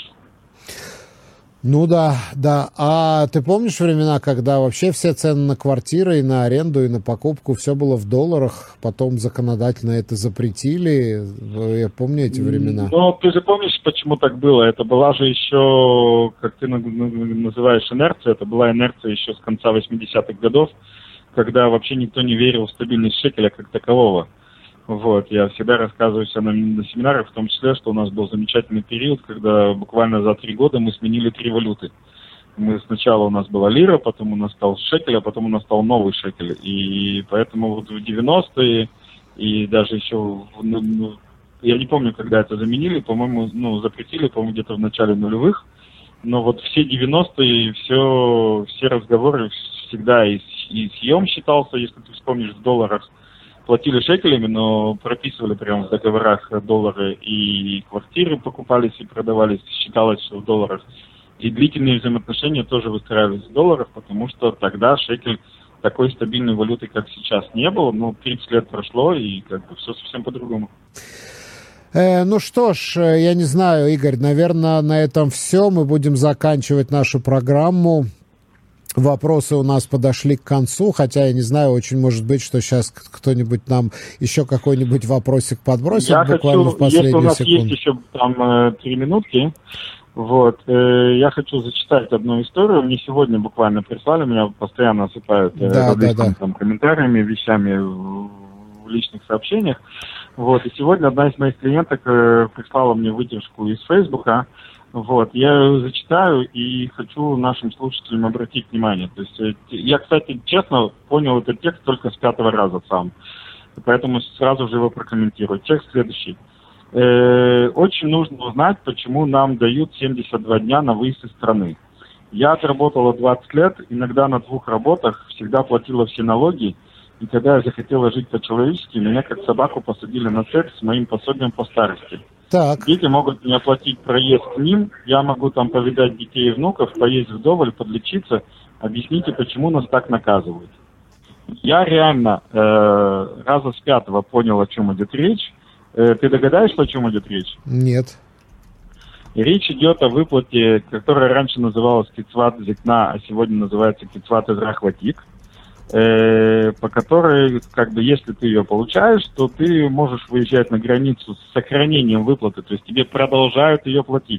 Ну да, да. А ты помнишь времена, когда вообще все цены на квартиры и на аренду, и на покупку, все было в долларах, потом законодательно это запретили? Я помню эти времена. Ну, ты же помнишь, почему так было? Это была же еще, как ты называешь, инерция. Это была инерция еще с конца восьмидесятых годов, когда вообще никто не верил в стабильность шекеля как такового. Вот, я всегда рассказываю все на, на семинарах, в том числе, что у нас был замечательный период, когда буквально за три года мы сменили три валюты. Мы сначала у нас была лира, потом у нас стал шекель, а потом у нас стал новый шекель. И поэтому вот в девяностые и даже еще, в, ну, я не помню, когда это заменили, по-моему, ну, запретили, по-моему, где-то в начале нулевых. Но вот все девяностые, все, все разговоры всегда и, и съем считался, если ты вспомнишь, в долларах. Платили шекелями, но прописывали прямо в договорах доллары, и квартиры покупались и продавались, считалось, что в долларах. И длительные взаимоотношения тоже выстраивались в долларах, потому что тогда шекель такой стабильной валюты, как сейчас, не было. Ну, тридцать лет прошло, и как бы все совсем по-другому. Э, ну что ж, я не знаю, Игорь, наверное, на этом все. Мы будем заканчивать нашу программу. Вопросы у нас подошли к концу, хотя я не знаю, очень может быть, что сейчас кто-нибудь нам еще какой-нибудь вопросик подбросит я буквально хочу, в последнюю секунду. Если у нас секунду. Есть еще там э, три минутки, вот, э, я хочу зачитать одну историю. Мне сегодня буквально прислали, меня постоянно осыпают э, да, да, да. там, комментариями, вещами в, в личных сообщениях. Вот, и сегодня одна из моих клиенток э, прислала мне выдержку из Фейсбука. Вот, я ее зачитаю и хочу нашим слушателям обратить внимание. То есть я, кстати, честно понял этот текст только с пятого раза сам, поэтому сразу же его прокомментирую. Текст следующий. Э, очень нужно узнать, почему нам дают семьдесят два дня на выезд из страны. Я отработала двадцать лет, иногда на двух работах, всегда платила все налоги, и когда я захотела жить по-человечески, меня как собаку посадили на цепь с моим пособием по старости. Так. Дети могут не оплатить проезд к ним, я могу там повидать детей и внуков, поесть вдоволь, подлечиться. Объясните, почему нас так наказывают. Я реально э, раза с пятого понял, о чем идет речь. Э, ты догадаешься, о чем идет речь? Нет. Речь идет о выплате, которая раньше называлась кицват зикна, а сегодня называется кицват эзрах ватик, по которой, как бы, если ты ее получаешь, то ты можешь выезжать на границу с сохранением выплаты, то есть тебе продолжают ее платить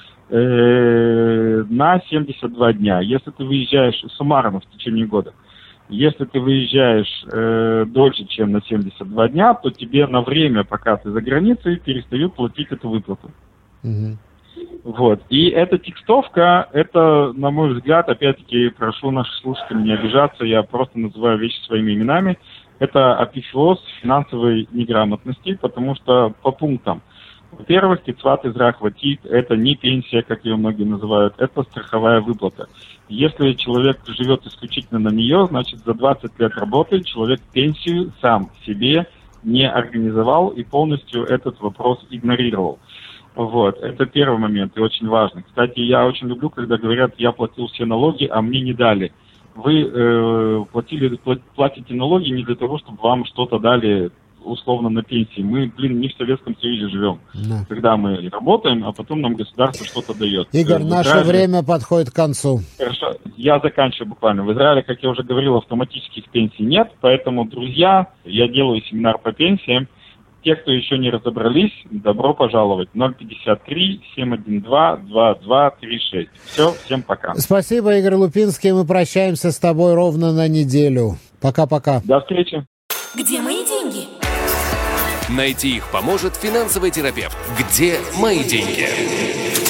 на семьдесят два дня. Если ты выезжаешь суммарно в течение года, если ты выезжаешь э, дольше, чем на семьдесят два дня, то тебе на время, пока ты за границей, перестают платить эту выплату. Mm-hmm. Вот. И эта текстовка, это, на мой взгляд, опять-таки, прошу наших слушателей не обижаться, я просто называю вещи своими именами, это апифеоз финансовой неграмотности, потому что по пунктам. Во-первых, кицват эзрах ватик – это не пенсия, как ее многие называют, это страховая выплата. Если человек живет исключительно на нее, значит, за двадцать лет работы человек пенсию сам себе не организовал и полностью этот вопрос игнорировал. Вот, это первый момент и очень важный. Кстати, я очень люблю, когда говорят, я платил все налоги, а мне не дали. Вы э, платили, платите налоги не для того, чтобы вам что-то дали условно на пенсии. Мы, блин, не в Советском Союзе живем, да. Когда мы работаем, а потом нам государство что-то дает. Игорь, в наше Израиле... время подходит к концу. Хорошо, я заканчиваю буквально. В Израиле, как я уже говорил, автоматических пенсий нет, поэтому, друзья, я делаю семинар по пенсиям. Те, кто еще не разобрались, добро пожаловать. ноль пятьдесят три семь один два два два три шесть. Все, всем пока. Спасибо, Игорь Лупинский. Мы прощаемся с тобой ровно на неделю. Пока-пока. До встречи. Где мои деньги? Найти их поможет финансовый терапевт. Где мои деньги?